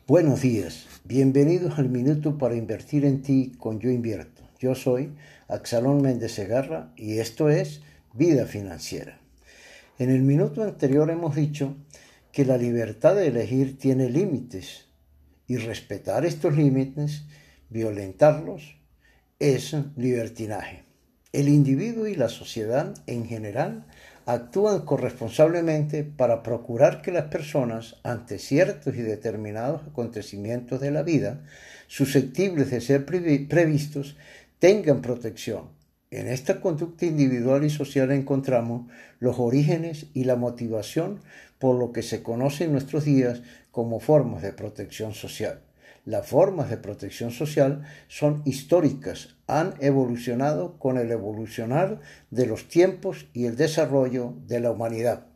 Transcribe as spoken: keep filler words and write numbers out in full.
Buenos días, bienvenidos al Minuto para Invertir en Ti con Yo Invierto. Yo soy Axalón Méndez Segarra y esto es Vida Financiera. En el minuto anterior hemos dicho que la libertad de elegir tiene límites y respetar estos límites, violentarlos, es libertinaje. El individuo y la sociedad en general actúan corresponsablemente para procurar que las personas, ante ciertos y determinados acontecimientos de la vida, susceptibles de ser previstos, tengan protección. En esta conducta individual y social encontramos los orígenes y la motivación por lo que se conoce en nuestros días como formas de protección social. Las formas de protección social son históricas, han evolucionado con el evolucionar de los tiempos y el desarrollo de la humanidad.